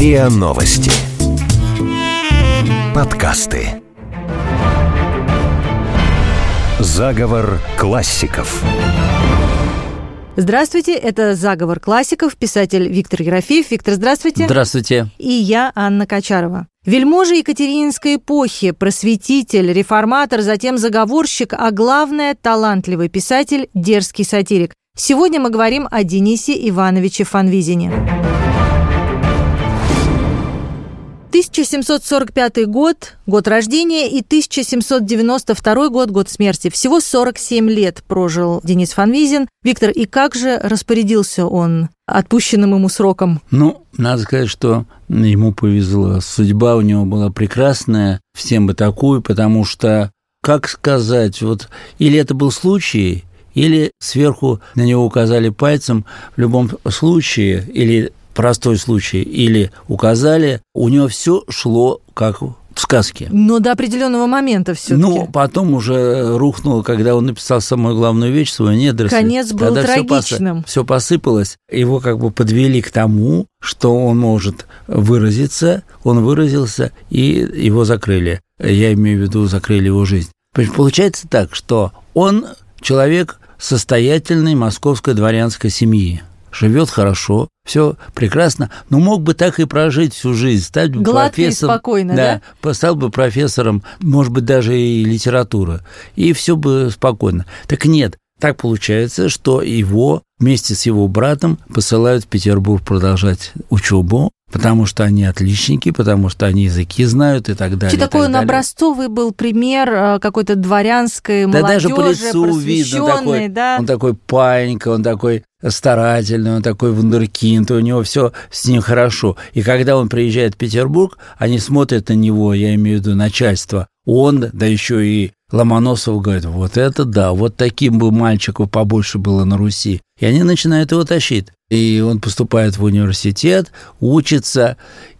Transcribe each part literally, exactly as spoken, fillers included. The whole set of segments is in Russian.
РИА Новости. Подкасты. Заговор классиков. Здравствуйте, это «Заговор классиков», писатель Виктор Ерофеев. Виктор, здравствуйте. Здравствуйте. И я, Анна Качарова. Вельможа Екатерининской эпохи, просветитель, реформатор, затем заговорщик, а главное – талантливый писатель, дерзкий сатирик. Сегодня мы говорим о Денисе Ивановиче Фанвизине. тысяча семьсот сорок пятый год, год рождения, и тысяча семьсот девяносто второй год, год смерти. Всего сорок семь лет прожил Денис Фанвизин. Виктор, и как же распорядился он отпущенным ему сроком? Ну, надо сказать, что ему повезло. Судьба у него была прекрасная, всем бы такую, потому что, как сказать, вот или это был случай, или сверху на него указали пальцем. В любом случае, или простой случай, или указали, у него все шло как в сказке. Но до определенного момента все-таки. Ну, потом уже рухнуло, когда он написал самую главную вещь, свою «Недоросль». Конец был когда трагичным. Все посыпалось, его как бы подвели к тому, что он может выразиться, он выразился, и его закрыли. Я имею в виду, закрыли его жизнь. Получается так, что он человек состоятельной московской дворянской семьи. Живет хорошо, все прекрасно, но мог бы так и прожить всю жизнь, стать бы гладко профессором. И спокойно, да? Да, стал бы профессором, может быть, даже и литературы, и все бы спокойно. Так нет, так получается, что его вместе с его братом посылают в Петербург продолжать учебу, потому что они отличники, потому что они языки знают и так далее. Что такой он далее. Образцовый был пример какой-то дворянской да молодежи, даже по лицу видно, такой, да? Он такой паинька, он такой старательный, он такой вундеркинд, у него все с ним хорошо. И когда он приезжает в Петербург, они смотрят на него, я имею в виду начальство, он, да еще и Ломоносов говорит, вот это да, вот таким бы мальчиков побольше было на Руси. И они начинают его тащить. И он поступает в университет, учится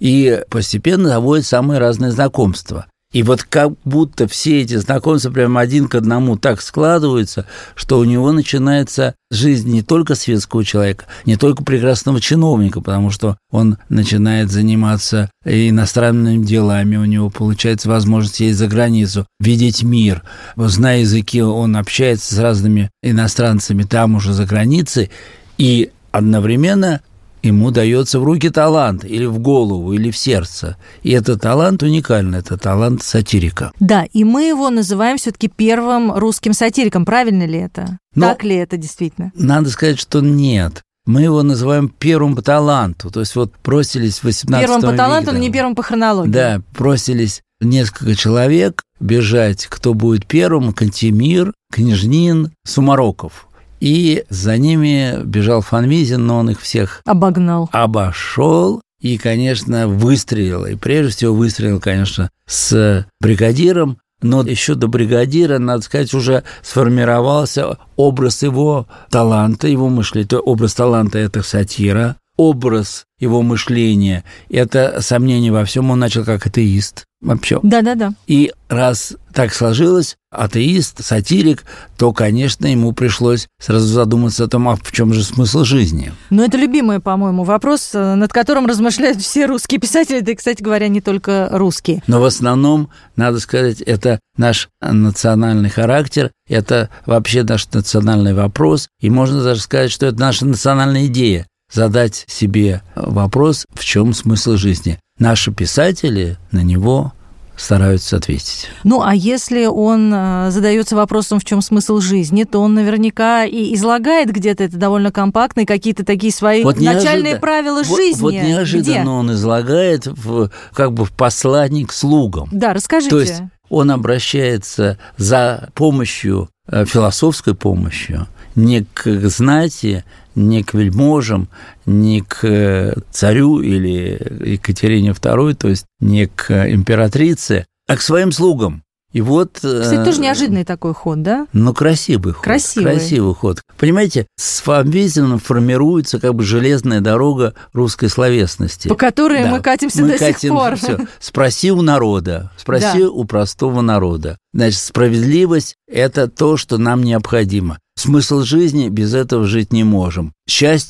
и постепенно заводит самые разные знакомства. И вот как будто все эти знакомства прямо один к одному так складываются, что у него начинается жизнь не только светского человека, не только прекрасного чиновника, потому что он начинает заниматься иностранными делами, у него получается возможность ездить за границу, видеть мир. Зная языки, он общается с разными иностранцами там уже за границей, и одновременно ему дается в руки талант, или в голову, или в сердце. И этот талант уникальный, это талант сатирика. Да, и мы его называем все-таки первым русским сатириком. Правильно ли это? Но так ли это действительно? Надо сказать, что нет. Мы его называем первым по таланту. То есть вот просились в восемнадцатом веке. Первым по таланту, но не первым по хронологии. Да, просились несколько человек бежать, кто будет первым: Кантемир, Княжнин, Сумароков. И за ними бежал Фанвизин, но он их всех обогнал, обошел и, конечно, выстрелил. И прежде всего выстрелил, конечно, с бригадиром. Но еще до бригадира, надо сказать, уже сформировался образ его таланта, его мышления. То есть образ таланта – это сатира, образ его мышления – это сомнение во всем. Он начал как атеист вообще. Да-да-да. И раз так сложилось, атеист, сатирик, то, конечно, ему пришлось сразу задуматься о том, а в чем же смысл жизни. Ну, это любимый, по-моему, вопрос, над которым размышляют все русские писатели, да и, кстати говоря, не только русские. Но в основном, надо сказать, это наш национальный характер, это вообще наш национальный вопрос, и можно даже сказать, что это наша национальная идея – задать себе вопрос, в чем смысл жизни. Наши писатели на него стараются ответить. Ну, а если он задается вопросом, в чем смысл жизни, то он наверняка и излагает где-то это довольно компактно, и какие-то такие свои вот начальные правила вот, жизни. Вот неожиданно Где? Он излагает в, как бы в послании к слугам. Да, расскажите. То есть он обращается за помощью, философской помощью, не к знати, не к вельможам, не к царю или Екатерине второй, то есть не к императрице, а к своим слугам. И вот... Кстати, тоже неожиданный такой ход, да? Ну, красивый ход. Красивый. Красивый ход. Понимаете, с Фанвизиным формируется как бы железная дорога русской словесности. По которой да, мы катимся мы до катим, сих пор. Все. Спроси у народа, спроси да. у простого народа. Значит, справедливость – это то, что нам необходимо. Смысл жизни – без этого жить не можем. Счастье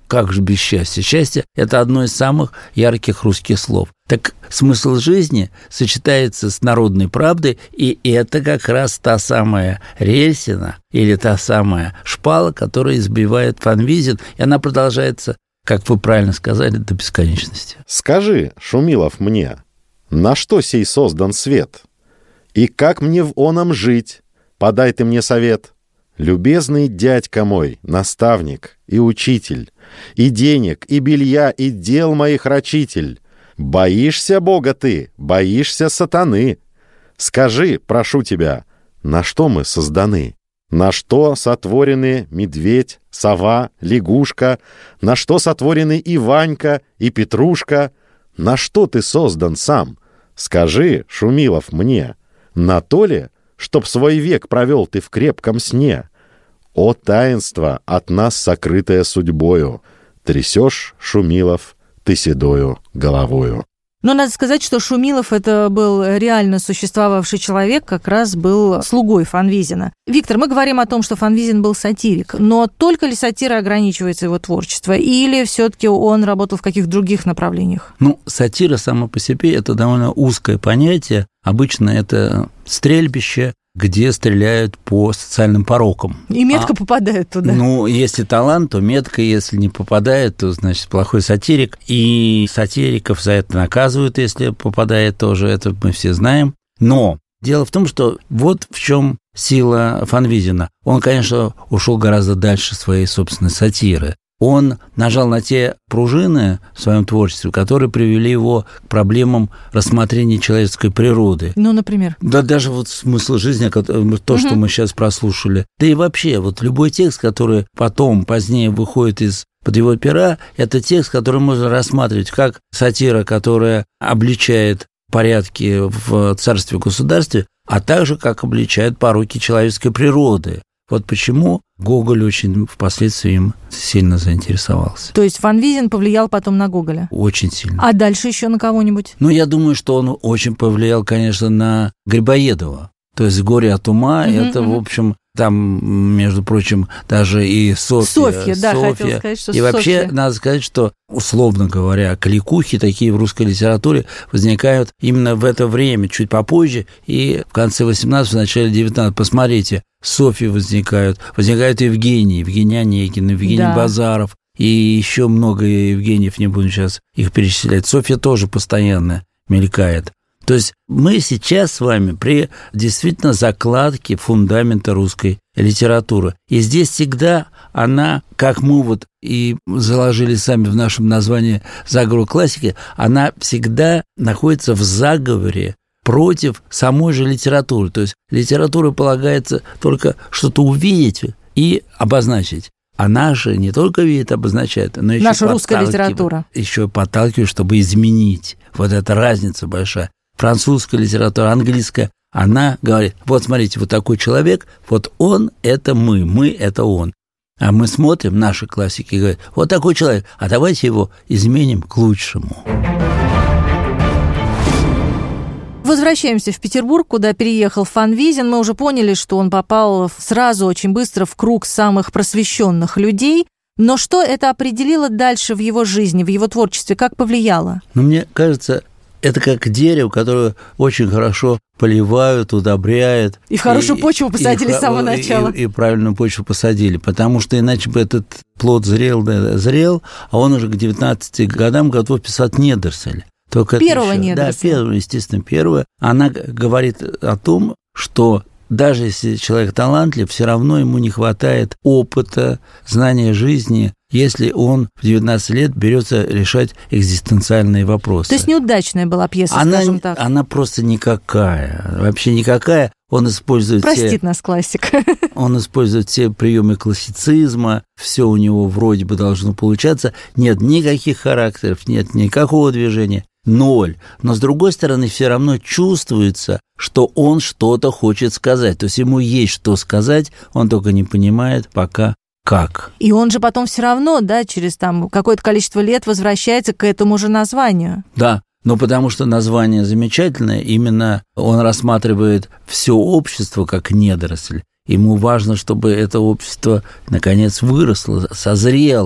как же без счастья? Счастье – это одно из самых ярких русских слов. Так смысл жизни сочетается с народной правдой, и это как раз та самая рельсина или та самая шпала, которая избивает Фанвизин, и она продолжается, как вы правильно сказали, до бесконечности. Скажи, Шумилов, мне, на что сей создан свет? И как мне в оном жить? Подай ты мне совет. Любезный дядька мой, наставник и учитель, и денег, и белья, и дел моих рачитель, боишься Бога ты, боишься сатаны. Скажи, прошу тебя, на что мы созданы? На что сотворены медведь, сова, лягушка? На что сотворены и Ванька, и Петрушка? На что ты создан сам? Скажи, Шумилов, мне, на то ли, чтоб свой век провел ты в крепком сне? О таинство, от нас сокрытое судьбою, трясешь, Шумилов, ты седою головою. Но надо сказать, что Шумилов – это был реально существовавший человек, как раз был слугой Фанвизина. Виктор, мы говорим о том, что Фанвизин был сатирик, но только ли сатира ограничивается его творчество, или все-таки он работал в каких-то других направлениях? Ну, сатира сама по себе – это довольно узкое понятие. Обычно это стрельбище, где стреляют по социальным порокам. И метко а, попадают туда. Ну, если талант, то метко, если не попадает, то, значит, плохой сатирик. И сатириков за это наказывают, если попадает тоже, это мы все знаем. Но дело в том, что вот в чем сила Фанвизина. Он, конечно, ушел гораздо дальше своей собственной сатиры. Он нажал на те пружины в своем творчестве, которые привели его к проблемам рассмотрения человеческой природы. Ну, например? Да даже вот смысл жизни, то, угу. что мы сейчас прослушали. Да и вообще, вот любой текст, который потом, позднее выходит из-под его пера, это текст, который можно рассматривать как сатира, которая обличает порядки в царстве-государстве, а также как обличает пороки человеческой природы. Вот почему Гоголь очень впоследствии им сильно заинтересовался. То есть Фанвизин повлиял потом на Гоголя? Очень сильно. А дальше еще на кого-нибудь? Ну, я думаю, что он очень повлиял, конечно, на Грибоедова. То есть «Горе от ума» mm-hmm, это, mm-hmm. в общем, там, между прочим, даже и Софья. Софья, да, Софья. хотел сказать, что И вообще, Софья. Надо сказать, что, условно говоря, кликухи такие в русской литературе возникают именно в это время, чуть попозже, и в конце восемнадцатого, в начале девятнадцатого. Посмотрите, Софьи возникают, возникают Евгений, Евгений Онегин, Евгений да. Базаров, и еще много Евгениев, не буду сейчас их перечислять. Софья тоже постоянно мелькает. То есть мы сейчас с вами при действительно закладке фундамента русской литературы. И здесь всегда она, как мы вот и заложили сами в нашем названии «Заговор классики», она всегда находится в заговоре против самой же литературы. То есть литературе полагается только что-то увидеть и обозначить. Она же не только видит, обозначает, но еще наша русская литература. Еще подталкивает, чтобы изменить. Вот эта разница большая. Французская литература, английская, она говорит, вот смотрите, вот такой человек, вот он – это мы, мы – это он. А мы смотрим, наши классики, и говорят, вот такой человек, а давайте его изменим к лучшему. Возвращаемся в Петербург, куда переехал Фанвизин. Мы уже поняли, что он попал сразу очень быстро в круг самых просвещенных людей. Но что это определило дальше в его жизни, в его творчестве? Как повлияло? Ну, мне кажется, это как дерево, которое очень хорошо поливают, удобряют. И в хорошую и, почву посадили и, с самого и, начала. И, и правильную почву посадили, потому что иначе бы этот плод зрел, да, зрел, а он уже к девятнадцати годам готов писать «Недоросль». Только первого еще, недоросля. Да, первого, естественно, первого. Она говорит о том, что даже если человек талантлив, все равно ему не хватает опыта, знания жизни, если он в девятнадцать лет берется решать экзистенциальные вопросы. То есть неудачная была пьеса, она, скажем так. Она просто никакая, вообще никакая. Он использует Простит все, нас классик. Он использует все приемы классицизма, все у него вроде бы должно получаться. Нет никаких характеров, нет никакого движения. Ноль. Но, с другой стороны, все равно чувствуется, что он что-то хочет сказать. То есть ему есть что сказать, он только не понимает пока как. И он же потом все равно, да, через там какое-то количество лет возвращается к этому же названию. Да, но потому что название замечательное, именно он рассматривает все общество как недоросль. Ему важно, чтобы это общество, наконец, выросло, созрело.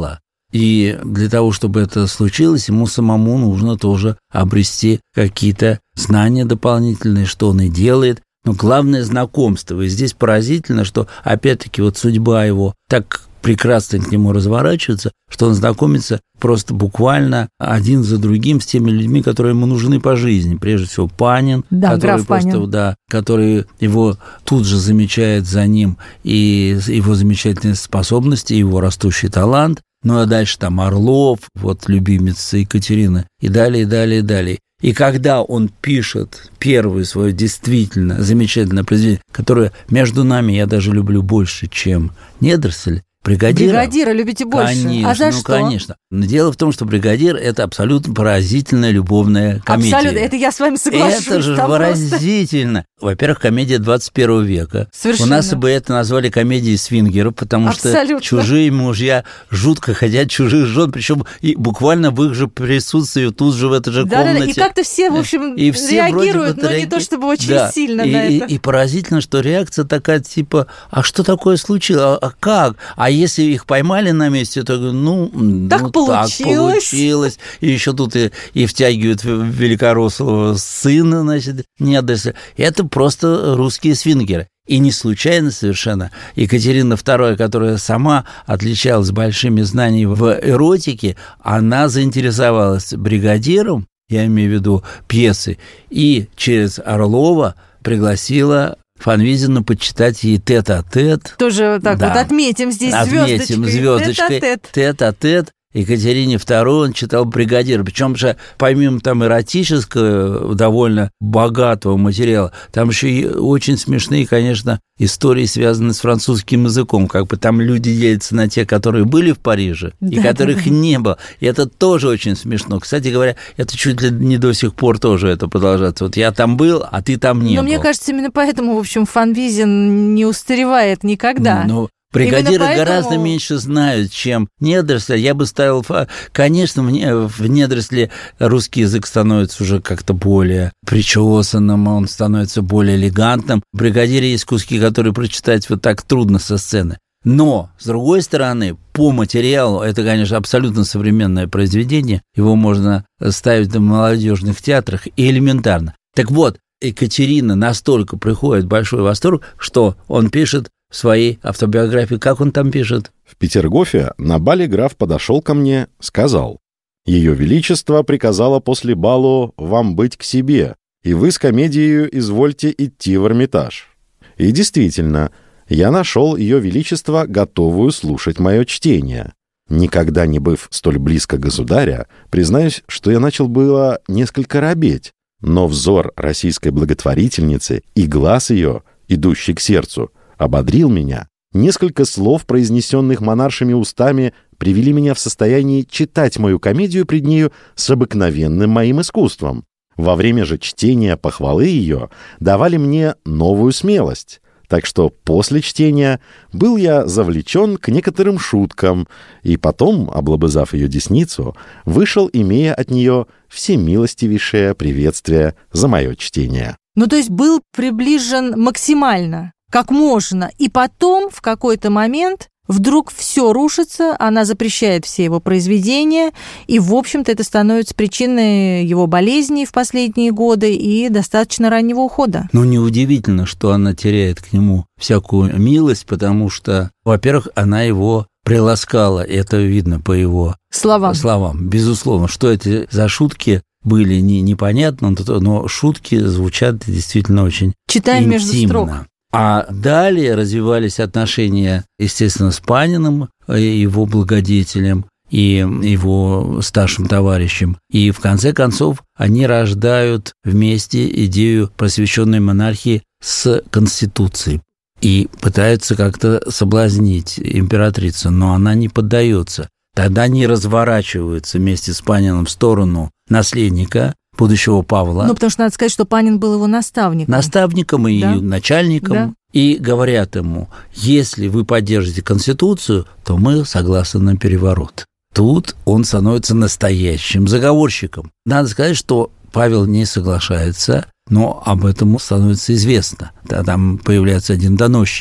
И для того, чтобы это случилось, ему самому нужно тоже обрести какие-то знания дополнительные, что он и делает. Но главное – знакомство. И здесь поразительно, что, опять-таки, вот судьба его так прекрасно к нему разворачивается, что он знакомится просто буквально один за другим с теми людьми, которые ему нужны по жизни. Прежде всего, Панин, да, который, просто, Панин. Да, который его тут же замечает за ним, и его замечательные способности, его растущий талант. Ну, а дальше там Орлов, вот любимец Екатерины, и далее, и далее, и далее. И когда он пишет первое свое действительно замечательное произведение, которое между нами я даже люблю больше, чем Недоросль, «Бригадира». «Бригадира» любите больше? Конечно, а за ну, что? конечно. Но дело в том, что «Бригадир» – это абсолютно поразительная любовная комедия. Абсолютно, это я с вами соглашусь. Это же выразительно. Просто... Во-первых, комедия двадцать первого века. Совершенно. У нас бы это назвали комедией свингеров, потому Абсолютно. что чужие мужья жутко хотят чужих жен, причем и буквально в их же присутствии тут же в этой же да, комнате. Да, да, и как-то все, в общем, и все реагируют, но реаги... не то чтобы очень да. сильно и, на и, это. И поразительно, что реакция такая, типа, а что такое случилось? А, а как? А если их поймали на месте, то, ну, так, ну получилось. так получилось. И еще тут и, и втягивают великорослого сына, значит, Недоросль. Это просто русские свингеры. И не случайно совершенно Екатерина вторая, которая сама отличалась большими знаниями в эротике, она заинтересовалась «Бригадиром», я имею в виду пьесы, и через Орлова пригласила Фанвизина почитать ей тет-а-тет. Тоже так да. вот отметим здесь отметим звездочкой. звездочкой. Тет-а-тет. Тет-а-тет. Екатерине второй он читал «Бригадира». Причем же, помимо там эротического, довольно богатого материала, там еще и очень смешные, конечно, истории, связанные с французским языком. Как бы там люди делятся на те, которые были в Париже, да, и которых да. не было. И это тоже очень смешно. Кстати говоря, это чуть ли не до сих пор тоже это продолжается. Вот я там был, а ты там не Но был. мне кажется, именно поэтому, в общем, Фанвизин не устаревает никогда. Ну, бригадиры поэтому... гораздо меньше знают, чем Недоросль. Я бы ставил... Конечно, мне в Недоросле русский язык становится уже как-то более причесанным, он становится более элегантным. В «Бригадире» есть куски, которые прочитать вот так трудно со сцены. Но, с другой стороны, по материалу, это, конечно, абсолютно современное произведение, его можно ставить в молодежных театрах и элементарно. Так вот, Екатерина настолько приходит в большой восторг, что он пишет в своей автобиографии, как он там пишет. В Петергофе на бале граф подошел ко мне, сказал: «Ее Величество приказало после балу вам быть к себе, и вы с комедией извольте идти в Эрмитаж». И действительно, я нашел Ее Величество, готовую слушать мое чтение. Никогда не быв столь близко государя, признаюсь, что я начал было несколько робеть, но взор российской благотворительницы и глаз ее, идущий к сердцу, ободрил меня. Несколько слов, произнесенных монаршими устами, привели меня в состояние читать мою комедию пред нею с обыкновенным моим искусством. Во время же чтения похвалы ее давали мне новую смелость. Так что после чтения был я завлечен к некоторым шуткам, и потом, облобызав ее десницу, вышел, имея от нее всемилостивейшее приветствие за мое чтение. Ну, то есть был приближен максимально, как можно, и потом в какой-то момент вдруг все рушится, она запрещает все его произведения, и, в общем-то, это становится причиной его болезней в последние годы и достаточно раннего ухода. Ну, неудивительно, что она теряет к нему всякую милость, потому что, во-первых, она его приласкала, это видно по его словам. словам. Безусловно, что это за шутки были, не, непонятно, но шутки звучат действительно очень Читаем интимно. Между строк. А далее развивались отношения, естественно, с Паниным, его благодетелем и его старшим товарищем. И в конце концов они рождают вместе идею просвещенной монархии с Конституцией. И пытаются как-то соблазнить императрицу, но она не поддается. Тогда они разворачиваются вместе с Паниным в сторону наследника, будущего Павла. Ну, потому что надо сказать, что Панин был его наставником. Наставником и да. начальником. Да. И говорят ему: если вы поддержите Конституцию, то мы согласны на переворот. Тут он становится настоящим заговорщиком. Надо сказать, что Павел не соглашается, но об этом становится известно. Там появляется один доносчик.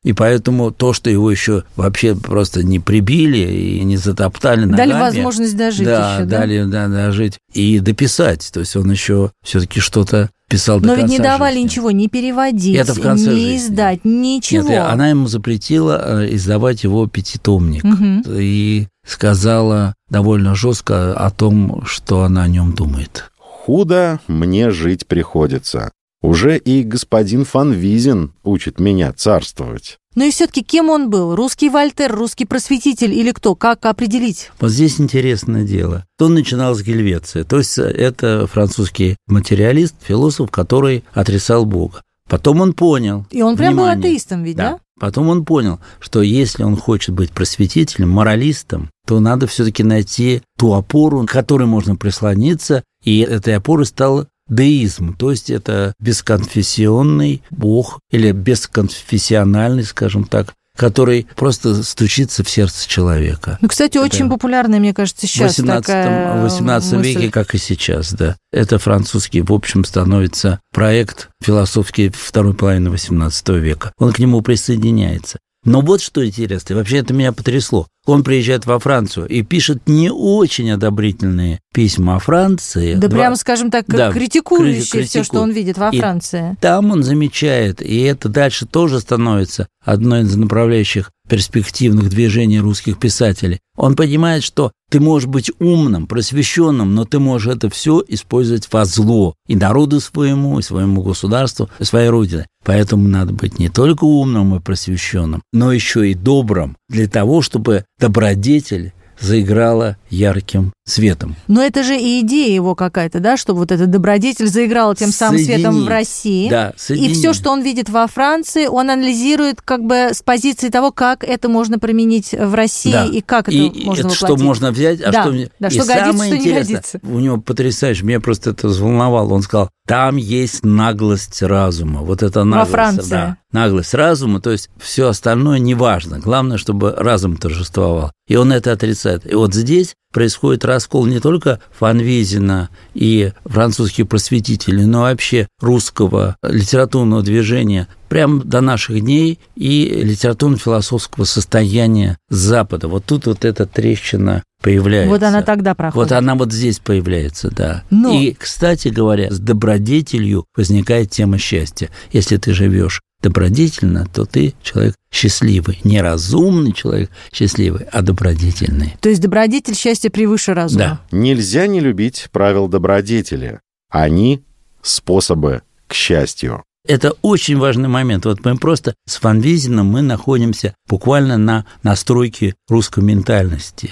И поэтому то, что его еще вообще просто не прибили и не затоптали ногами. Дали возможность дожить да, еще, да? Дали да, дожить и дописать. То есть он еще все-таки что-то писал до Но конца ведь не давали жизни. Ничего, не переводить, Это в конце не жизни. издать, ничего. Нет, она ему запретила издавать его пятитомник. Угу. И сказала довольно жестко о том, что она о нем думает. «Худо мне жить приходится. Уже и господин фон Визин учит меня царствовать». Ну и все-таки кем он был? Русский Вольтер, русский просветитель или кто? Как определить? Вот здесь интересное дело. Он начинал с Гельвеция, то есть это французский материалист, философ, который отрицал Бога. Потом он понял. И он прям был внимание, атеистом ведь, да? да? Потом он понял, что если он хочет быть просветителем, моралистом, то надо все-таки найти ту опору, к которой можно прислониться, и этой опорой стал деизм, то есть это бесконфессионный бог или бесконфессиональный, скажем так, который просто стучится в сердце человека. Ну, кстати, это очень популярная, мне кажется, сейчас такая В восемнадцатом веке, как и сейчас, да. Это французский, в общем, становится проект философский второй половины восемнадцатого века. Он к нему присоединяется. Но вот что интересно, вообще это меня потрясло. Он приезжает во Францию и пишет не очень одобрительные письма о Франции. Да, Два... прямо, скажем так, да, критикующие критикует. все, что он видит во и Франции. Там он замечает, и это дальше тоже становится одной из направляющих перспективных движений русских писателей. Он понимает, что ты можешь быть умным, просвещенным, но ты можешь это все использовать во зло и народу своему, и своему государству, и своей родине. Поэтому надо быть не только умным и просвещенным, но еще и добрым для того, чтобы добродетель заиграла ярким светом. Но это же и идея его какая-то, да, чтобы вот этот добродетель заиграл тем самым Соедини. светом в России. Да, и все, что он видит во Франции, он анализирует как бы с позиции того, как это можно применить в России, да. и как это и можно это воплотить. Что можно взять, а да. что... Да, и что годится, что не годится. У него потрясающе, меня просто это взволновало. Он сказал, там есть наглость разума. Вот это наглость. Во Франции. Да, наглость разума, то есть все остальное не важно. Главное, чтобы разум торжествовал. И он это отрицает. И вот здесь происходит раскол не только фон Визина и французских просветителей, но вообще русского литературного движения прямо до наших дней и литературно-философского состояния Запада. Вот тут вот эта трещина появляется. Вот она тогда проходит. Вот она вот здесь появляется, да. Но... И, кстати говоря, с добродетелью возникает тема счастья. Если ты живешь добродетельно, то ты человек счастливый. Не разумный человек счастливый, а добродетельный. То есть добродетель счастья превыше разума. Да. Нельзя не любить правил добродетели. Они – способы к счастью. Это очень важный момент. Вот мы просто с фон Визином мы находимся буквально на настройке русской ментальности.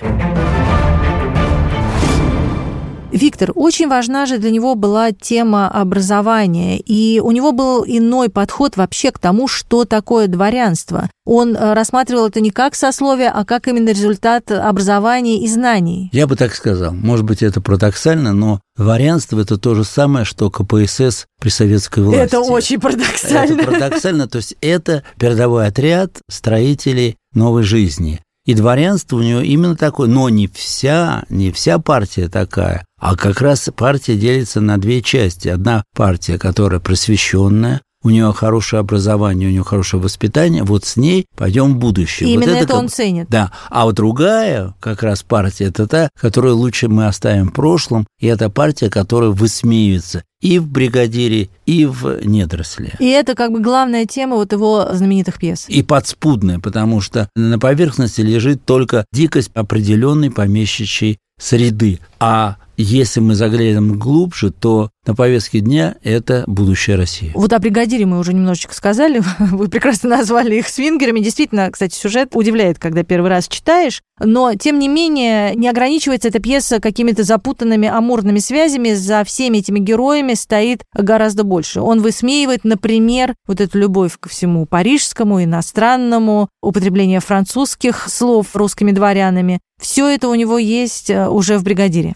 Виктор, очень важна же для него была тема образования, и у него был иной подход вообще к тому, что такое дворянство. Он рассматривал это не как сословие, а как именно результат образования и знаний. Я бы так сказал. Может быть, это парадоксально, но дворянство – это то же самое, что ка пэ эс эс при советской власти. Это очень парадоксально. Это парадоксально, то есть это передовой отряд строителей новой жизни. И дворянство у него именно такое, но не вся, не вся партия такая, а как раз партия делится на две части. Одна партия, которая просвещенная, у нее хорошее образование, у нее хорошее воспитание, вот с ней пойдем в будущее. И вот именно это, это он ценит. Да, а вот другая как раз партия, это та, которую лучше мы оставим в прошлом, и это партия, которая высмеивается и в «Бригадире», и в «Недоросле». И это как бы главная тема вот его знаменитых пьес. И подспудная, потому что на поверхности лежит только дикость определенной помещичьей среды. А если мы заглянем глубже, то на повестке дня это будущее России. Вот о «Бригадире» мы уже немножечко сказали. Вы прекрасно назвали их свингерами. Действительно, кстати, сюжет удивляет, когда первый раз читаешь. Но, тем не менее, не ограничивается эта пьеса какими-то запутанными амурными связями. За всеми этими героями стоит гораздо больше. Он высмеивает, например, вот эту любовь ко всему парижскому, иностранному, употребление французских слов русскими дворянами. Все это у него есть уже в «Бригадире». Да,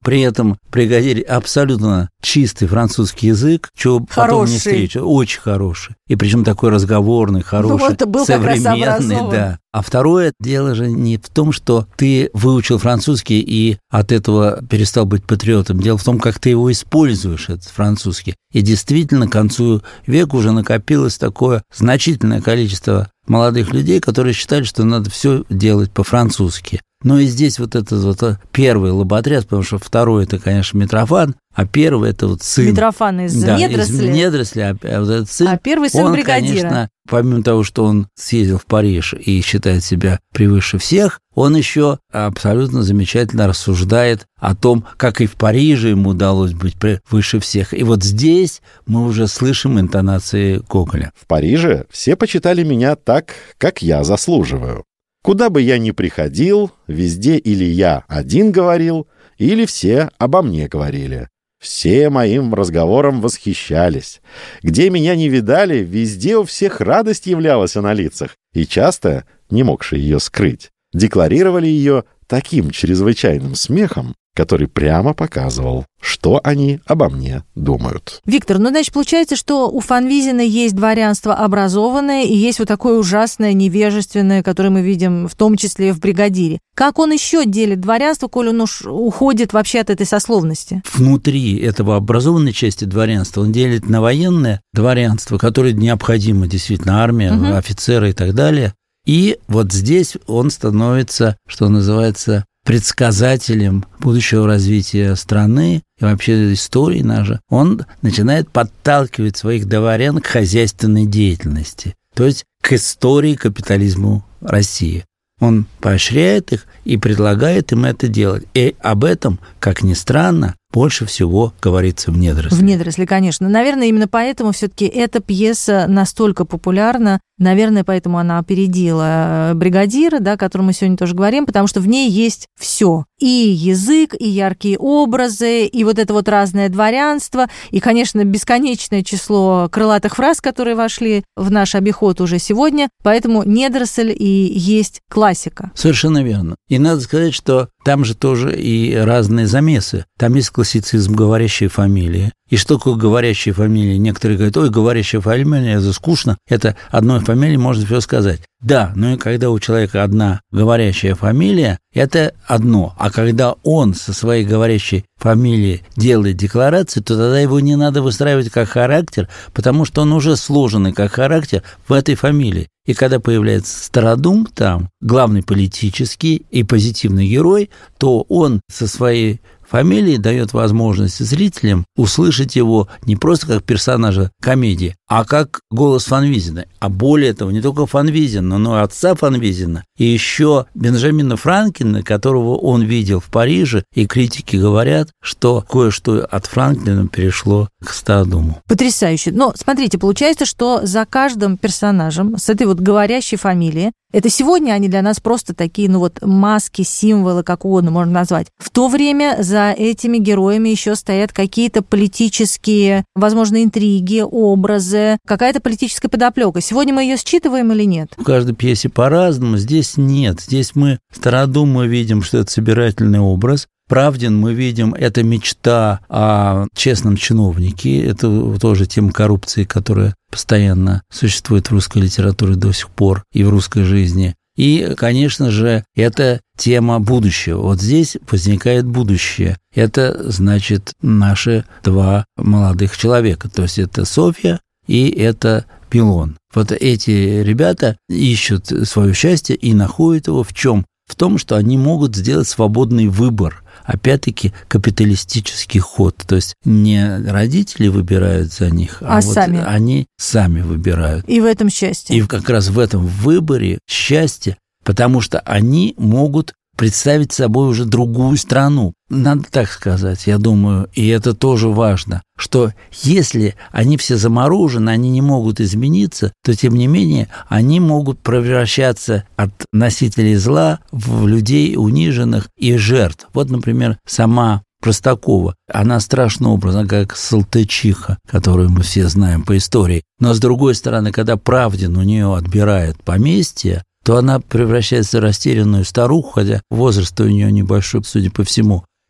При этом бригадир абсолютно чистый французский язык, чего потом не встречу, очень хороший. И причем такой разговорный, хороший, ну, был современный, да. А второе дело же не в том, что ты выучил французский и от этого перестал быть патриотом. Дело в том, как ты его используешь, этот французский. И действительно, к концу века уже накопилось такое значительное количество молодых людей, которые считали, что надо все делать по-французски. Но и здесь вот этот вот первый лоботряс, потому что второй – это, конечно, Митрофан, а первый – это вот сын. Митрофан из да, недоросли. из недоросли, а, а вот этот сын, а первый сын он, бригадира. Конечно, помимо того, что он съездил в Париж и считает себя превыше всех, он еще абсолютно замечательно рассуждает о том, как и в Париже ему удалось быть выше всех. И вот здесь мы уже слышим интонации Гоголя. В Париже все почитали меня так, как я заслуживаю. Куда бы я ни приходил, везде или я один говорил, или все обо мне говорили. Все моим разговором восхищались. Где меня не видали, везде у всех радость являлась на лицах, и часто, не могшие ее скрыть, декларировали ее таким чрезвычайным смехом, который прямо показывал, что они обо мне думают. Виктор, ну, значит, получается, что у Фанвизина есть дворянство образованное и есть вот такое ужасное, невежественное, которое мы видим в том числе в бригадире. Как он еще делит дворянство, коль он уж уходит вообще от этой сословности? Внутри этого образованной части дворянства он делит на военное дворянство, которое необходимо действительно, армия, угу. офицеры и так далее. И вот здесь он становится, что называется, предсказателем будущего развития страны и вообще истории нашей. Он начинает подталкивать своих дворян к хозяйственной деятельности, то есть к истории капитализма России. Он поощряет их и предлагает им это делать. И об этом, как ни странно, больше всего говорится в «Недоросли». В «Недоросли», конечно. Наверное, именно поэтому все-таки эта пьеса настолько популярна. Наверное, поэтому она опередила «Бригадира», да, о котором мы сегодня тоже говорим, потому что в ней есть все. И язык, и яркие образы, и вот это вот разное дворянство, и, конечно, бесконечное число крылатых фраз, которые вошли в наш обиход уже сегодня. Поэтому «Недоросль» и есть классика. Совершенно верно. И надо сказать, что там же тоже и разные замесы. Там есть классицизм, говорящие фамилии. И что такое говорящие фамилии? Некоторые говорят, ой, говорящая фамилия, это скучно. Это одной фамилией можно все сказать. Да, но и когда у человека одна говорящая фамилия, это одно. А когда он со своей говорящей фамилией делает декларацию, то тогда его не надо выстраивать как характер, потому что он уже сложенный как характер в этой фамилии. И когда появляется Стародум, там, главный политический и позитивный герой, то он со своей фамилией дает возможность зрителям услышать его не просто как персонажа комедии, а как голос Фанвизина. А более того, не только Фанвизина, но и отца Фанвизина, и еще Бенджамина Франклина, которого он видел в Париже, и критики говорят, что кое-что от Франклина перешло к Стародуму. Потрясающе. Но смотрите, получается, что за каждым персонажем с этой вот говорящей фамилией, это сегодня они для нас просто такие, ну вот, маски, символы, как угодно можно назвать. В то время за этими героями еще стоят какие-то политические, возможно, интриги, образы, какая-то политическая подоплека. Сегодня мы ее считываем или нет? В каждой пьесе по-разному. Здесь нет. Здесь мы Стародум мы видим, что это собирательный образ. Правдин мы видим, это мечта о честном чиновнике. Это тоже тема коррупции, которая постоянно существует в русской литературе до сих пор и в русской жизни. И, конечно же, это тема будущего. Вот здесь возникает будущее. Это, значит, наши два молодых человека. То есть это Софья и это Пилон. Вот эти ребята ищут свое счастье и находят его в чем? В том, что они могут сделать свободный выбор. Опять-таки, капиталистический ход. То есть не родители выбирают за них, а, а вот сами. они сами выбирают. И в этом счастье. И как раз в этом выборе счастье, потому что они могут представить собой уже другую страну. Надо так сказать, я думаю, и это тоже важно, что если они все заморожены, они не могут измениться, то, тем не менее, они могут превращаться от носителей зла в людей униженных и жертв. Вот, например, сама Простакова, она страшным образом, как Салтычиха, которую мы все знаем по истории. Но, с другой стороны, когда Правдин у нее отбирает поместье, то она превращается в растерянную старуху, хотя возраст у нее небольшой, судя по всему.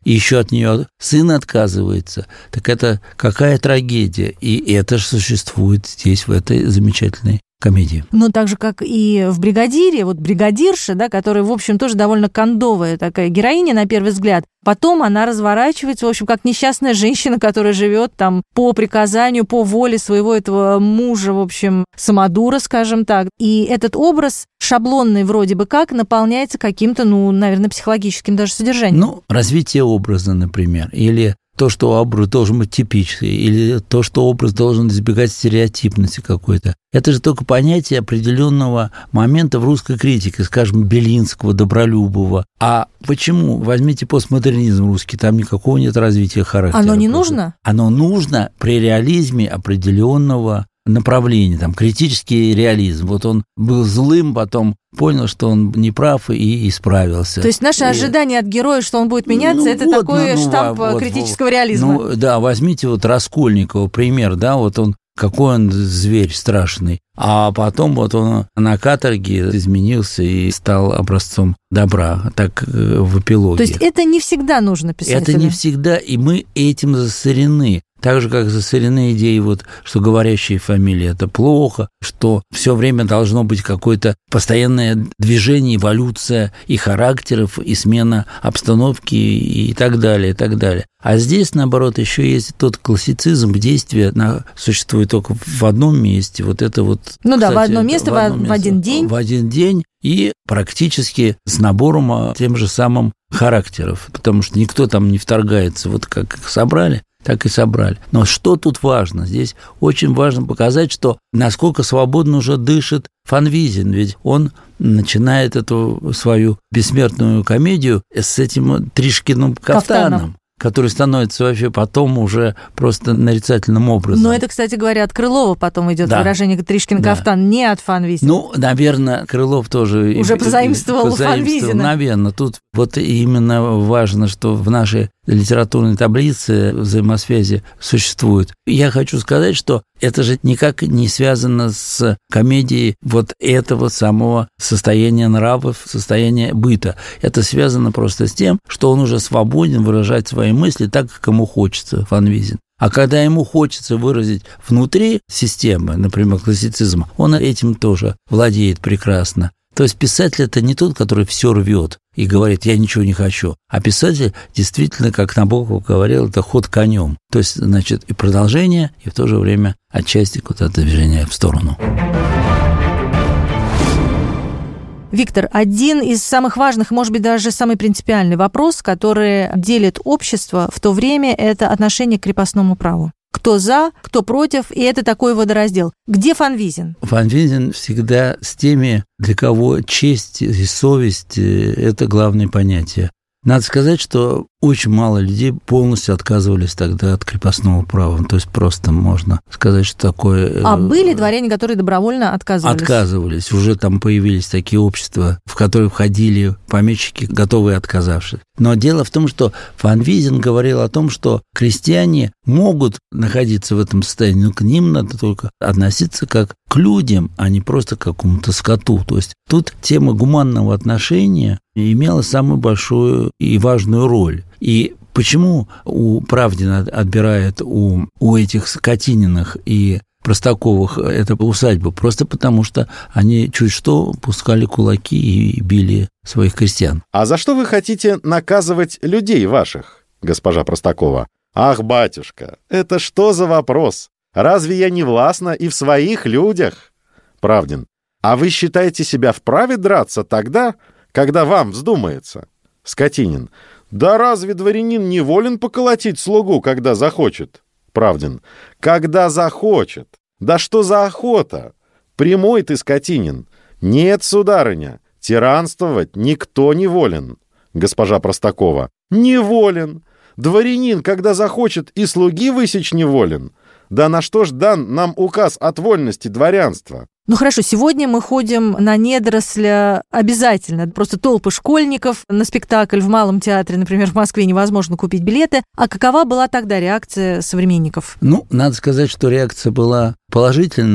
и еще от нее сын отказывается, так это какая трагедия. И это же существует здесь, в этой замечательной комедии. Ну, так же, как и в «Бригадире», вот бригадирша, да, которая, в общем, тоже довольно кондовая такая героиня, на первый взгляд. Потом она разворачивается, в общем, как несчастная женщина, которая живет там по приказанию, по воле своего этого мужа, в общем, самодура, скажем так. И этот образ, шаблонный вроде бы как, наполняется каким-то, ну, наверное, психологическим даже содержанием. Ну, развитие образа, например, или то, что образ должен быть типичный, или то, что образ должен избегать стереотипности какой-то. Это же только понятие определенного момента в русской критике, скажем, Белинского, Добролюбова. А почему? Возьмите постмодернизм русский, там никакого нет развития характера. Оно не нужно? Оно нужно при реализме определенного направления, там, критический реализм. Вот он был злым, потом понял, что он неправ и исправился. То есть наше и... ожидание от героя, что он будет меняться, ну, это вот, такой ну, штамп вот, критического вот, реализма. Ну, да, возьмите вот Раскольникова пример, да, вот он, какой он зверь страшный. А потом вот он на каторге изменился и стал образцом добра, так в эпилоге. То есть это не всегда нужно писать? Это не всегда, и мы этим засорены. Так же, как засорены идеи, вот, что говорящие фамилии – это плохо, что все время должно быть какое-то постоянное движение, эволюция и характеров, и смена обстановки, и так далее, и так далее. А здесь, наоборот, еще есть тот классицизм, действие на, существует только в одном месте. Вот это вот, ну кстати, да, в одно место, в, одно место, в один день. В один день и практически с набором тем же самым характеров, потому что никто там не вторгается. Вот как их собрали, так и собрали. Но что тут важно? Здесь очень важно показать, что насколько свободно уже дышит Фанвизин, ведь он начинает эту свою бессмертную комедию с этим Тришкиным кафтаном, кафтаном. который становится вообще потом уже просто нарицательным образом. Но это, кстати говоря, от Крылова потом идет да. выражение «Тришкин да. кафтан», не от Фанвизина. Ну, наверное, Крылов тоже... Уже позаимствовал, позаимствовал Фанвизина. Наверное, тут вот именно важно, что в нашей литературной таблице взаимосвязи существует. Я хочу сказать, что это же никак не связано с комедией вот этого самого состояния нравов, состояния быта. Это связано просто с тем, что он уже свободен выражать свои мысли так, как ему хочется, Фанвизин. А когда ему хочется выразить внутри системы, например, классицизма, он этим тоже владеет прекрасно. То есть писатель – это не тот, который все рвет и говорит, я ничего не хочу. А писатель действительно, как Набоков говорил, это ход конем. То есть, значит, и продолжение, и в то же время отчасти куда-то движение в сторону. Виктор, один из самых важных, может быть, даже самый принципиальный вопрос, который делит общество в то время, это отношение к крепостному праву. Кто за, кто против, и это такой водораздел. Где Фанвизин? Фанвизин всегда с теми, для кого честь и совесть – это главные понятия. Надо сказать, что очень мало людей полностью отказывались тогда от крепостного права. То есть просто можно сказать, что такое... А были дворяне, которые добровольно отказывались? Отказывались. Уже там появились такие общества, в которые входили помещики, готовые отказавшись. Но дело в том, что Фанвизин говорил о том, что крестьяне могут находиться в этом состоянии, но к ним надо только относиться как к людям, а не просто к какому-то скоту. То есть тут тема гуманного отношения имела самую большую и важную роль. И почему у Правдина отбирает у, у этих Скотининых и Простаковых это усадьба? Просто потому, что они чуть что пускали кулаки и били своих крестьян. А за что вы хотите наказывать людей ваших, госпожа Простакова? Ах, батюшка, это что за вопрос? Разве я не властна и в своих людях? Правдин. А вы считаете себя вправе драться тогда, когда вам вздумается? Скотинин. Да разве дворянин не волен поколотить слугу, когда захочет? Правдин. Когда захочет. Да что за охота? Прямой ты, Скотинин. Нет, сударыня, тиранствовать никто не волен. Госпожа Простакова. Не волен. Дворянин, когда захочет, и слуги высечь не волен. Да на что ж дан нам указ от вольности дворянства? Ну хорошо, сегодня мы ходим на недоросля обязательно. Просто толпы школьников на спектакль в Малом театре, например, в Москве невозможно купить билеты. А какова была тогда реакция современников? Ну, надо сказать, что реакция была положительная.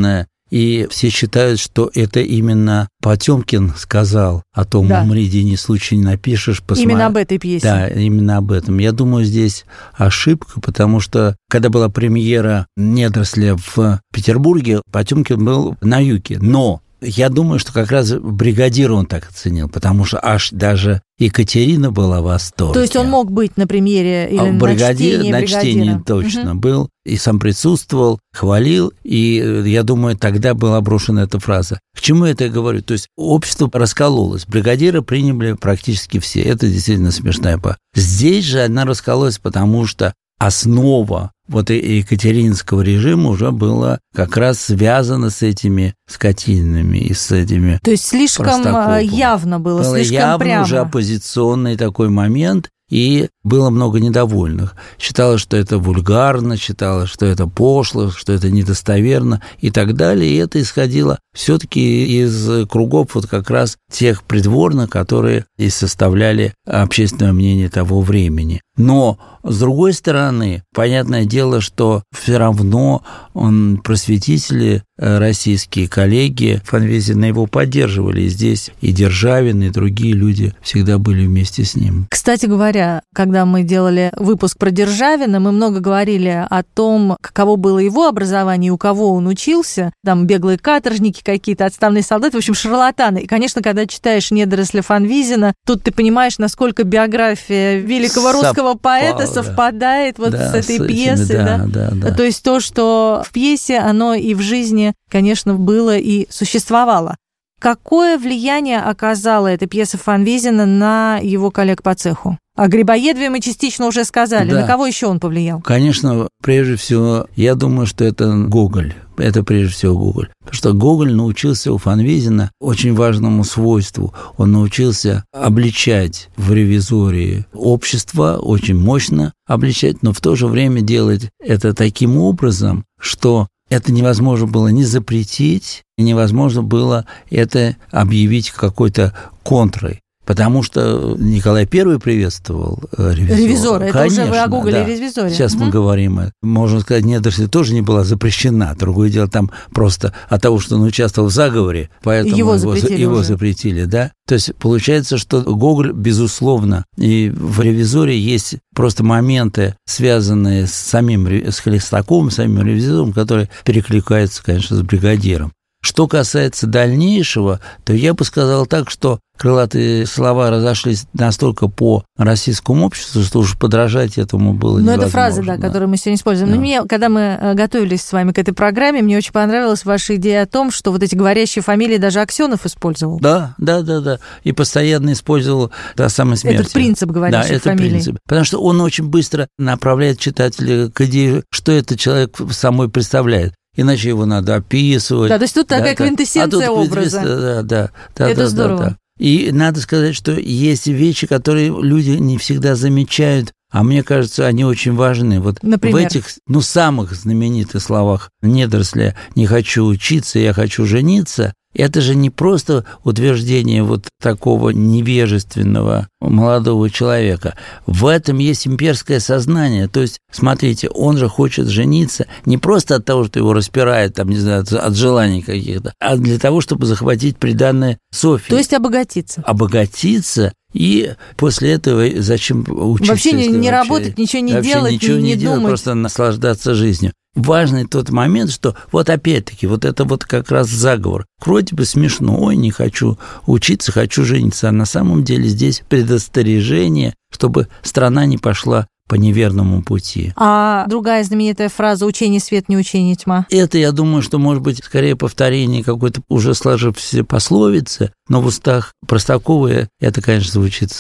И все считают, что это именно Потемкин сказал о том, да. «Умри, Денис, лучше не напишешь». Посмотри. Именно об этой пьесе. Да, именно об этом. Я думаю, здесь ошибка, потому что, когда была премьера «Недоросля» в Петербурге, Потемкин был на юге. Но я думаю, что как раз бригадира он так оценил, потому что аж даже Екатерина была в восторге. То есть он мог быть на премьере или а на бригадир, чтении на чтении точно угу. был, и сам присутствовал, хвалил, и я думаю, тогда была брошена эта фраза. К чему я это говорю? То есть общество раскололось, бригадира приняли практически все, это действительно смешная пара. Здесь же она раскололась, потому что основа вот екатерининского режима уже была как раз связана с этими скотинами и с этими. То есть слишком явно было, было слишком явно прямо. Уже оппозиционный такой момент, и было много недовольных. Считалось, что это вульгарно, считалось, что это пошло, что это недостоверно и так далее. И это исходило все-таки из кругов вот как раз тех придворных, которые и составляли общественное мнение того времени. Но, с другой стороны, понятное дело, что все равно он, просветители российские, коллеги Фанвизина его поддерживали. И здесь и Державин, и другие люди всегда были вместе с ним. Кстати говоря, когда мы делали выпуск про Державина, мы много говорили о том, каково было его образование, у кого он учился. Там беглые каторжники какие-то, отставные солдаты, в общем, шарлатаны. И, конечно, когда читаешь «Недоросля» Фанвизина, тут ты понимаешь, насколько биография великого Сап... русского поэта совпадает вот да, с этой с пьесой. Этими, да, да? Да, да. То есть то, что в пьесе, оно и в жизни, конечно, было и существовало. Какое влияние оказала эта пьеса Фанвизина на его коллег по цеху? О Грибоедове мы частично уже сказали. Да. На кого еще он повлиял? Конечно, прежде всего, я думаю, что это Гоголь. Это прежде всего Гоголь. Потому что Гоголь научился у Фанвизина очень важному свойству. Он научился обличать в ревизории общество, очень мощно обличать, но в то же время делать это таким образом, что это невозможно было ни запретить, невозможно было это объявить какой-то контрой. Потому что Николай Первый приветствовал ревизора. Ревизора, это Конечно, уже вы о Гоголе да. и ревизоре. Сейчас угу. мы говорим. Можно сказать, «Недоросля» тоже не была запрещена. Другое дело, там просто от того, что он участвовал в заговоре, поэтому его, его запретили. Его запретили да? То есть получается, что Гоголь, безусловно, и в ревизоре есть просто моменты, связанные с самим с Хлестаковым, самим ревизором, которые перекликаются, конечно, с бригадиром. Что касается дальнейшего, то я бы сказал так, что крылатые слова разошлись настолько по российскому обществу, что уж подражать этому было невозможно. Ну, это фраза, да, да. которую мы сегодня используем. Да. Но мне, когда мы готовились с вами к этой программе, мне очень понравилась ваша идея о том, что вот эти говорящие фамилии даже Аксенов использовал. Да, да, да, да. И постоянно использовал до самой смерти. Этот принцип говорящих да, это фамилий. Принцип. Потому что он очень быстро направляет читателя к идее, что этот человек собой представляет. Иначе его надо описывать. Да, то есть тут да, такая квинтэссенция а образа. Да, да, да. Это да, здорово. Да, да. И надо сказать, что есть вещи, которые люди не всегда замечают, а мне кажется, они очень важны. Вот Например? В этих, ну, самых знаменитых словах «Недоросля» «не хочу учиться, я хочу жениться», это же не просто утверждение вот такого невежественного молодого человека. В этом есть имперское сознание. То есть, смотрите, он же хочет жениться не просто от того, что его распирает, там, не знаю, от желаний каких-то, а для того, чтобы захватить приданное Софье. То есть обогатиться. Обогатиться. И после этого зачем учиться? Вообще не, не вообще, работать, ничего не вообще делать, ничего не, не, не делать, думать. Просто наслаждаться жизнью. Важный тот момент, что вот опять-таки вот это вот как раз заговор. Вроде бы смешно, ой, не хочу учиться, хочу жениться, а на самом деле здесь предостережение, чтобы страна не пошла по неверному пути. А другая знаменитая фраза «учение свет, не учение тьма»? Это, я думаю, что может быть скорее повторение какой-то уже сложившейся пословицы, но в устах Простакова это, конечно, звучит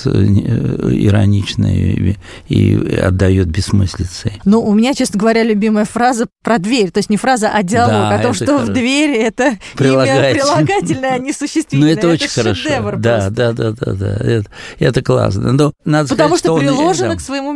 иронично и, и отдает бессмыслицей. Ну, у меня, честно говоря, любимая фраза про дверь, то есть не фраза, а диалог да, о том, что хорошо. В двери это имя прилагательное, а не существительное. Ну, это, это очень хорошо. Шедевр да, да, да, да, да, это, это классно. Но надо Потому сказать, что, что приложено он, к своему месту.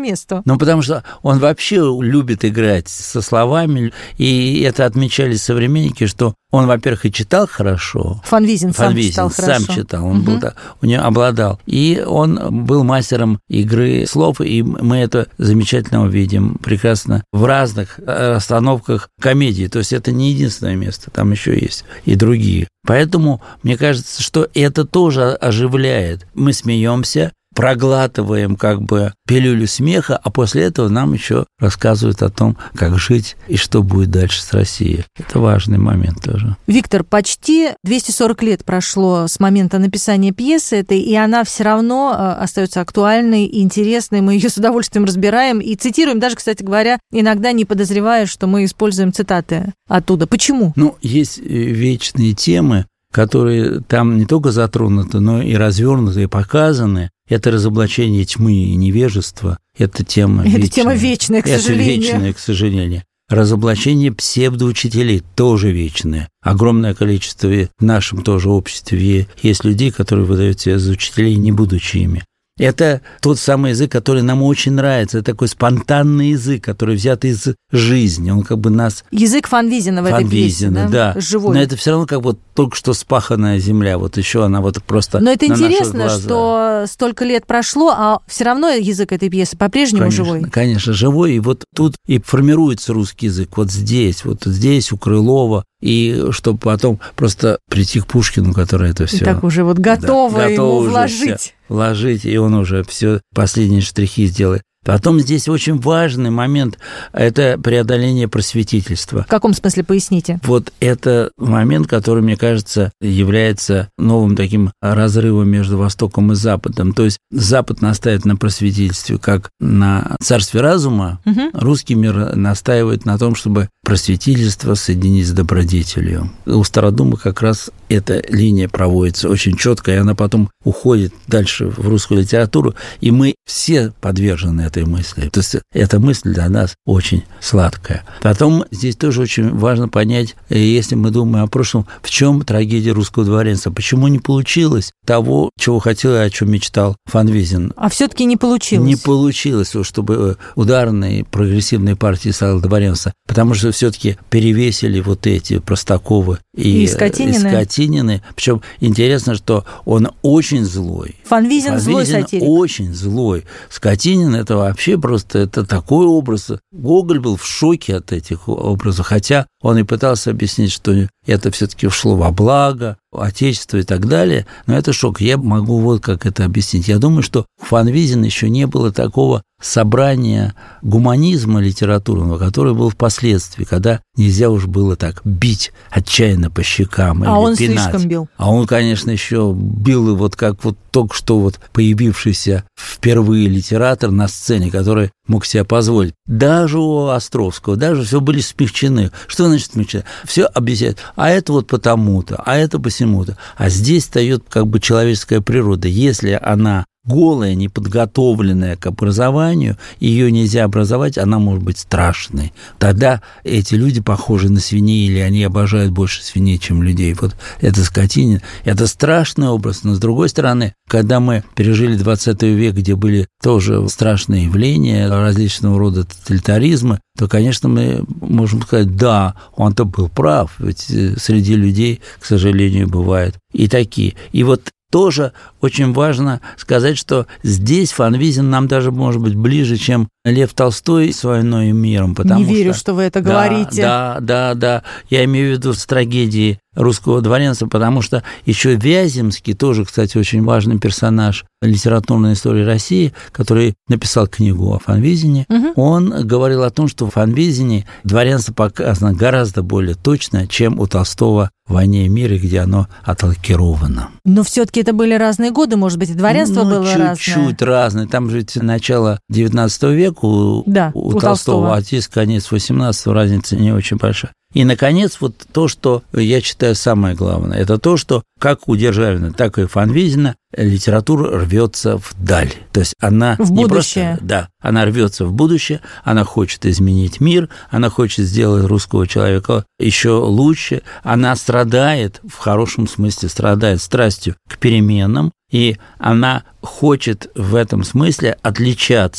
Ну, потому что он вообще любит играть со словами, и это отмечали современники, что он, во-первых, и читал хорошо. Фанвизин сам Фанвизин читал хорошо. сам читал, он угу. был, у него обладал. И он был мастером игры слов, и мы это замечательно увидим прекрасно в разных расстановках комедии. То есть это не единственное место, там еще есть и другие. Поэтому мне кажется, что это тоже оживляет. Мы смеемся, проглатываем как бы пилюлю смеха, а после этого нам еще рассказывают о том, как жить и что будет дальше с Россией. Это важный момент тоже. Виктор, почти двести сорок лет прошло с момента написания пьесы этой, и она все равно остается актуальной и интересной. Мы ее с удовольствием разбираем и цитируем, даже, кстати говоря, иногда не подозревая, что мы используем цитаты оттуда. Почему? Ну, есть вечные темы, которые там не только затронуты, но и развернуты, и показаны. Это разоблачение тьмы и невежества. Это тема это вечная. тема вечная, к сожалению. Это вечная, к сожалению. Разоблачение псевдоучителей тоже вечное. Огромное количество в нашем тоже обществе есть людей, которые выдают себя за учителей, не будучи ими. Это тот самый язык, который нам очень нравится. Это такой спонтанный язык, который взят из жизни. Он как бы нас... Язык Фанвизина в этой пьесе, да? да. Живой. Но это все равно как вот только что спаханная земля. Вот еще она вот просто Но это на интересно, наших что столько лет прошло, а все равно язык этой пьесы по-прежнему конечно, живой. Конечно, живой. И вот тут и формируется русский язык. Вот здесь, вот здесь, у Крылова. И чтобы потом просто прийти к Пушкину, который это все... И так уже вот готово да, ему вложить. Вложить, и он уже все последние штрихи сделает. Потом здесь очень важный момент – это преодоление просветительства. В каком смысле, поясните? Вот это момент, который, мне кажется, является новым таким разрывом между Востоком и Западом. То есть Запад настаивает на просветительстве как на царстве разума, угу. Русский мир настаивает на том, чтобы просветительство соединить с добродетелью. У Стародума как раз эта линия проводится очень четко, и она потом уходит дальше в русскую литературу, и мы все подвержены этой мысли. То есть эта мысль для нас очень сладкая. Потом здесь тоже очень важно понять, если мы думаем о прошлом, в чем трагедия русского дворянства, почему не получилось того, чего хотел и о чем мечтал Фанвизин. А все-таки не получилось. Не получилось, чтобы ударные прогрессивные партии стало дворянство, потому что все-таки перевесили вот эти Простаковы и, и Скотинины. И Скотинины. Причем интересно, что он очень злой. Фанвизин, Фанвизин злой сатирик. Очень злой. Скотинин – это вообще просто это такой образ. Гоголь был в шоке от этих образов, хотя он и пытался объяснить, что это все-таки шло во благо Отечества и так далее, но это шок. Я могу вот как это объяснить. Я думаю, что у Фанвизина еще не было такого собрания гуманизма литературного, которое было впоследствии, когда нельзя уж было так бить отчаянно по щекам а или он пинать. Слишком бил. А он, конечно, еще бил вот как вот только что вот появившийся впервые литератор на сцене, который мог себе позволить. Даже у Островского, даже все были смягчены. Что значит смягчены? Все объясняют. А это вот потому-то, а это посему-то. А здесь встает как бы человеческая природа. Если она голая, неподготовленная к образованию, ее нельзя образовать, она может быть страшной. Тогда эти люди похожи на свиней, или они обожают больше свиней, чем людей. Вот это Скотинин. Это страшный образ, но с другой стороны, когда мы пережили двадцатый век, где были тоже страшные явления различного рода тоталитаризма, то, конечно, мы можем сказать, да, он-то был прав, ведь среди людей, к сожалению, бывают и такие. И вот тоже очень важно сказать, что здесь Фанвизин нам даже может быть ближе, чем Лев Толстой с «Войной и миром». Не верю, что, что вы это да, говорите. Да, да, да. Я имею в виду с трагедией русского дворянства, потому что еще Вяземский, тоже, кстати, очень важный персонаж литературной истории России, который написал книгу о Фанвизине, угу. Он говорил о том, что в Фанвизине дворянство показано гораздо более точно, чем у Толстого в «Войне и мире», где оно отлакировано. Но все-таки это были разные годы, может быть, и дворянство ну, было чуть-чуть разное. Чуть-чуть разное. Там же начало девятнадцатого века у, да, у, у Толстого, Толстого, а здесь конец восемнадцатого, разница не очень большая. И, наконец, вот то, что я считаю самое главное, это то, что как у Державина, так и у Фанвизина литература рвется вдаль. То есть она в не будущее. Просто, да, она рвется в будущее, она хочет изменить мир, она хочет сделать русского человека еще лучше, она страдает, в хорошем смысле страдает страстью к переменам, и она хочет в этом смысле отличаться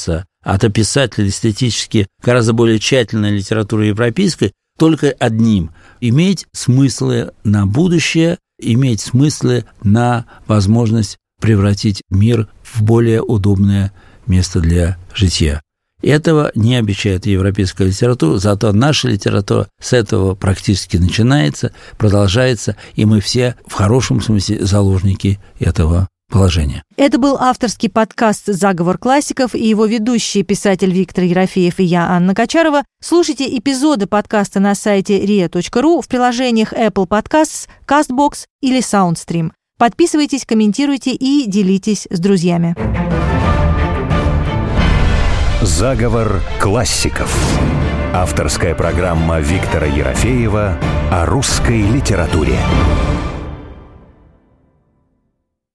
от описателя эстетически гораздо более тщательной литературы европейской только одним – иметь смыслы на будущее, иметь смыслы на возможность превратить мир в более удобное место для жития. Этого не обещает европейская литература, зато наша литература с этого практически начинается, продолжается, и мы все в хорошем смысле заложники этого положения. Это был авторский подкаст «Заговор классиков» и его ведущий писатель Виктор Ерофеев и я, Анна Качарова. Слушайте эпизоды подкаста на сайте риа точка ру, в приложениях Apple Podcasts, CastBox или SoundStream. Подписывайтесь, комментируйте и делитесь с друзьями. «Заговор классиков». Авторская программа Виктора Ерофеева о русской литературе.